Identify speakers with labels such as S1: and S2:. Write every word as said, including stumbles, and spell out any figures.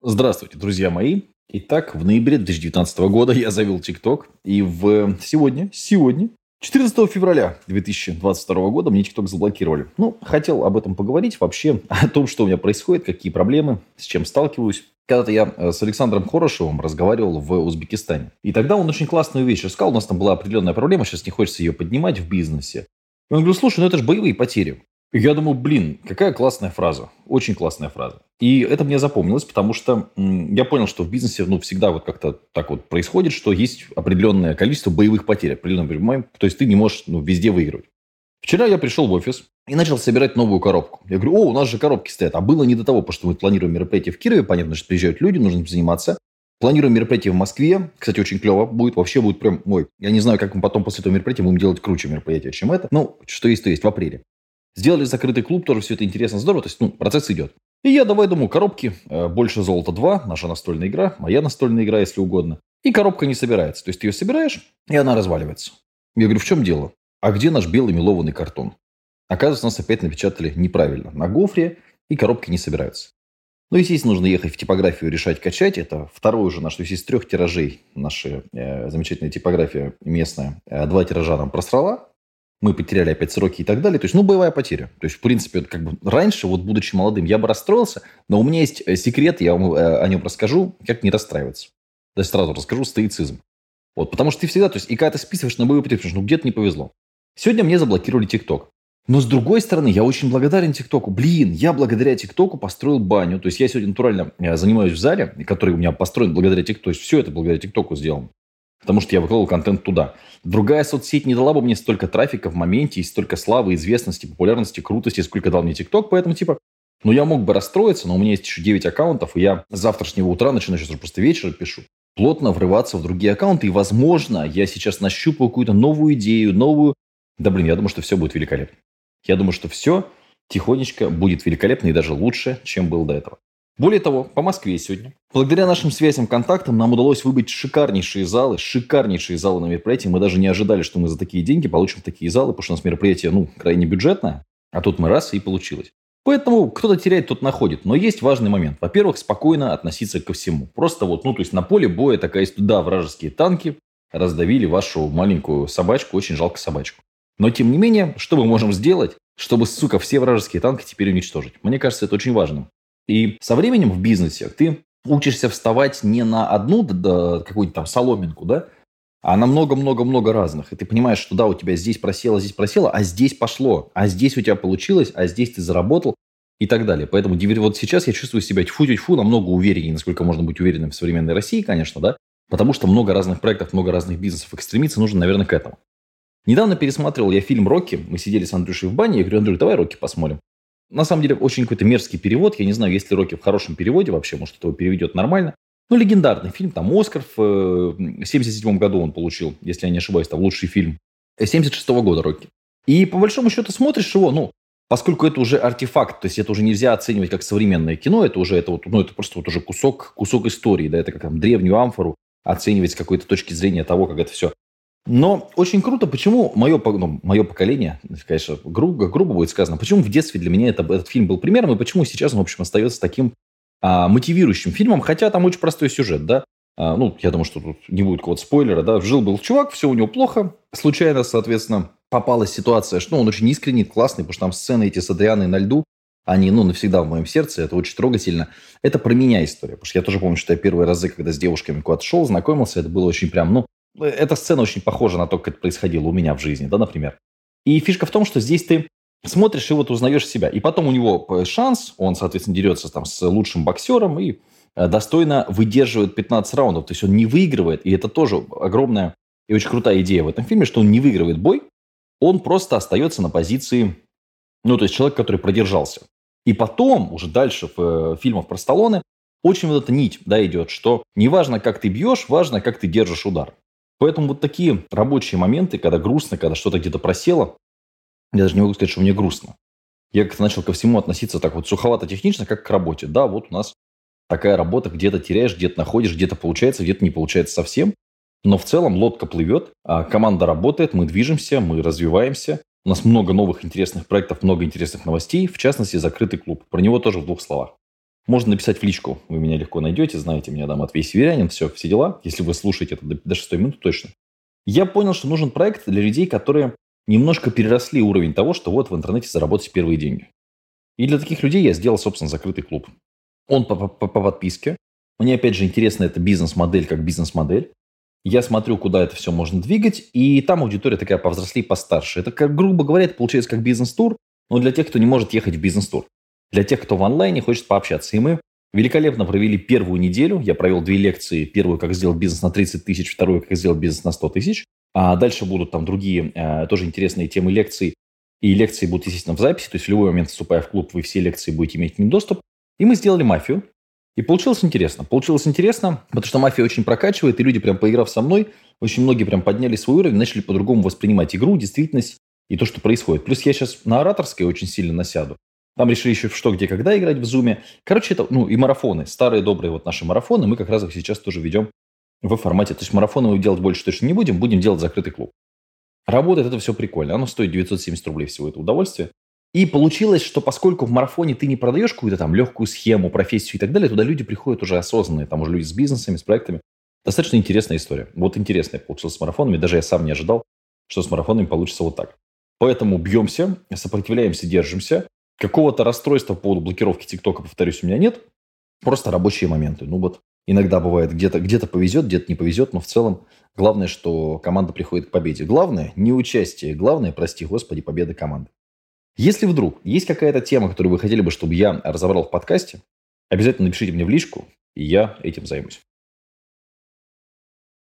S1: Здравствуйте, друзья мои. Итак, в ноябре две тысячи девятнадцатого года я завел TikTok, и в сегодня, сегодня, четырнадцатого февраля две тысячи двадцать второго года мне TikTok заблокировали. Ну, хотел об этом поговорить вообще, о том, что у меня происходит, какие проблемы, с чем сталкиваюсь. Когда-то я э, с Александром Хорошевым разговаривал в Узбекистане. И тогда он очень классную вещь рассказал. У нас там была определенная проблема, сейчас не хочется ее поднимать в бизнесе. И он говорит, слушай, ну это же боевые потери. И я думаю, блин, какая классная фраза. Очень классная фраза. И это мне запомнилось, потому что м, я понял, что в бизнесе ну, всегда вот как-то так вот происходит, что есть определенное количество боевых потерь. Определенное, то есть ты не можешь ну, везде выигрывать. Вчера я пришел в офис и начал собирать новую коробку. Я говорю, о, у нас же коробки стоят. А было не до того, потому что мы планируем мероприятие в Кирове. Понятно, что приезжают люди, нужно им заниматься. Планируем мероприятие в Москве. Кстати, очень клево будет. Вообще будет прям, ой, я не знаю, как мы потом после этого мероприятия будем делать круче мероприятие, чем это. Ну, что есть, то есть в апреле. Сделали закрытый клуб, тоже все это интересно, здорово. То есть, ну, процесс идет. И я давай думаю, коробки, э, больше золота два, наша настольная игра, моя настольная игра, если угодно. И коробка не собирается. То есть, ты ее собираешь, и она разваливается. Я говорю, в чем дело? А где наш белый мелованный картон? Оказывается, нас опять напечатали неправильно. На гофре, и коробки не собираются. Ну, естественно, нужно ехать в типографию, решать, качать. Это второй уже наш, то есть из трех тиражей наша э, замечательная типография местная, э, два тиража нам просрала. Мы потеряли опять сроки и так далее. То есть, ну, боевая потеря. То есть, в принципе, как бы раньше, вот будучи молодым, я бы расстроился, но у меня есть секрет, я вам э, о нем расскажу, как не расстраиваться. То есть, сразу расскажу стоицизм. Вот, потому что ты всегда, то есть, и когда ты списываешь на боевую потерю, потому что ну, где-то не повезло. Сегодня мне заблокировали ТикТок. Но, с другой стороны, я очень благодарен ТикТоку. Блин, я благодаря ТикТоку построил баню. То есть, я сегодня натурально занимаюсь в зале, который у меня построен благодаря ТикТоку. То есть, все это благодаря ТикТоку сделано. Потому что я выкладывал контент туда. Другая соцсеть не дала бы мне столько трафика в моменте, и столько славы, известности, популярности, крутости, сколько дал мне ТикТок. Поэтому, типа, ну, я мог бы расстроиться, но у меня есть еще девять аккаунтов, и я с завтрашнего утра начинаю, сейчас уже просто вечером пишу, плотно врываться в другие аккаунты. И, возможно, я сейчас нащупаю какую-то новую идею, новую... Да, блин, я думаю, что все будет великолепно. Я думаю, что все тихонечко будет великолепно и даже лучше, чем было до этого. Более того, по Москве сегодня, благодаря нашим связям, контактам, нам удалось выбить шикарнейшие залы, шикарнейшие залы на мероприятии. Мы даже не ожидали, что мы за такие деньги получим такие залы, потому что у нас мероприятие, ну, крайне бюджетное, а тут мы раз и получилось. Поэтому кто-то теряет, тот находит. Но есть важный момент. Во-первых, спокойно относиться ко всему. Просто вот, ну, то есть на поле боя такая есть, да, вражеские танки раздавили вашу маленькую собачку, очень жалко собачку. Но, тем не менее, что мы можем сделать, чтобы, сука, все вражеские танки теперь уничтожить? Мне кажется, это очень важно. И со временем в бизнесе ты учишься вставать не на одну да, какую-нибудь там соломинку, да, а на много-много-много разных. И ты понимаешь, что да, у тебя здесь просело, здесь просело, а здесь пошло, а здесь у тебя получилось, а здесь ты заработал и так далее. Поэтому вот сейчас я чувствую себя тьфу-тьфу намного увереннее, насколько можно быть уверенным в современной России, конечно, да, потому что много разных проектов, много разных бизнесов, и стремиться нужно, наверное, к этому. Недавно пересматривал я фильм «Рокки». Мы сидели с Андрюшей в бане. Я говорю, Андрюш, давай «Рокки» посмотрим. На самом деле, очень какой-то мерзкий перевод. Я не знаю, есть ли «Рокки» в хорошем переводе вообще. Может, его переведет нормально. Ну, легендарный фильм. Там «Оскар» в семьдесят седьмом году он получил, если я не ошибаюсь. Там лучший фильм. семьдесят шестого года «Рокки». И по большому счету смотришь его, ну, поскольку это уже артефакт, то есть это уже нельзя оценивать как современное кино, это уже это вот, ну, это просто вот уже кусок, кусок истории, да, это как там древнюю амфору оценивать с какой-то точки зрения того, как это все. Но очень круто, почему мое, ну, мое поколение, конечно, грубо, грубо будет сказано, почему в детстве для меня это, этот фильм был примером, и почему сейчас он, в общем, остается таким а, мотивирующим фильмом, хотя там очень простой сюжет, да. А, ну, я думаю, что тут не будет какого-то спойлера, да. Жил-был чувак, все у него плохо, случайно, соответственно, попалась ситуация, что ну, он очень искренний, классный, потому что там сцены эти с Адрианой на льду, они, ну, навсегда в моем сердце, это очень трогательно. Это про меня история, потому что я тоже помню, что я первые разы, когда с девушками куда-то шел, знакомился, это было очень прям, ну, эта сцена очень похожа на то, как это происходило у меня в жизни, да, например. И фишка в том, что здесь ты смотришь и вот узнаешь себя. И потом у него шанс, он, соответственно, дерется там с лучшим боксером и достойно выдерживает пятнадцать раундов. То есть он не выигрывает, и это тоже огромная и очень крутая идея в этом фильме, что он не выигрывает бой, он просто остается на позиции, ну, то есть человек, который продержался. И потом, уже дальше в э, фильмах про Сталлоне, очень вот эта нить, да, идет, что не важно, как ты бьешь, важно, как ты держишь удар. Поэтому вот такие рабочие моменты, когда грустно, когда что-то где-то просело, я даже не могу сказать, что мне грустно. Я как-то начал ко всему относиться так вот суховато-технично, как к работе. Да, вот у нас такая работа, где-то теряешь, где-то находишь, где-то получается, где-то не получается совсем. Но в целом лодка плывет, команда работает, мы движемся, мы развиваемся. У нас много новых интересных проектов, много интересных новостей, в частности, закрытый клуб. Про него тоже в двух словах. Можно написать в личку. Вы меня легко найдете. Знаете меня, да, Матвей Северянин. Все, все дела. Если вы слушаете это до, до шестой минуты точно. Я понял, что нужен проект для людей, которые немножко переросли уровень того, что вот в интернете заработать первые деньги. И для таких людей я сделал, собственно, закрытый клуб. Он по, по, по подписке. Мне, опять же, интересна эта бизнес-модель как бизнес-модель. Я смотрю, куда это все можно двигать, и там аудитория такая повзрослее, постарше. Это, как, грубо говоря, это получается как бизнес-тур, но для тех, кто не может ехать в бизнес-тур. Для тех, кто в онлайне хочет пообщаться. И мы великолепно провели первую неделю. Я провел две лекции. Первую, как сделать бизнес на тридцать тысяч, вторую, как сделать бизнес на сто тысяч. А дальше будут там другие э, тоже интересные темы лекций. И лекции будут, естественно, в записи. То есть в любой момент, вступая в клуб, вы все лекции будете иметь к ним доступ. И мы сделали мафию. И получилось интересно. Получилось интересно, потому что мафия очень прокачивает, и люди, прям поиграв со мной, очень многие прям подняли свой уровень, начали по-другому воспринимать игру, действительность и то, что происходит. Плюс я сейчас на ораторской очень сильно насяду. Там решили еще в что, где, когда играть в зуме. Короче, это, ну, и марафоны. Старые добрые вот наши марафоны мы как раз их сейчас тоже ведем в формате. То есть марафоны мы делать больше точно не будем, будем делать закрытый клуб. Работает это все прикольно. Оно стоит девятьсот семьдесят рублей всего это удовольствие. И получилось, что поскольку в марафоне ты не продаешь какую-то там легкую схему, профессию и так далее, туда люди приходят уже осознанные, там уже люди с бизнесами, с проектами. Достаточно интересная история. Вот интересная получилась с марафонами. Даже я сам не ожидал, что с марафонами получится вот так. Поэтому бьемся, сопротивляемся, держимся. Какого-то расстройства по поводу блокировки ТикТока, повторюсь, у меня нет. Просто рабочие моменты. Ну вот иногда бывает где-то, где-то повезет, где-то не повезет, но в целом главное, что команда приходит к победе. Главное не участие, главное, прости господи, победа команды. Если вдруг есть какая-то тема, которую вы хотели бы, чтобы я разобрал в подкасте, обязательно напишите мне в личку, и я этим займусь.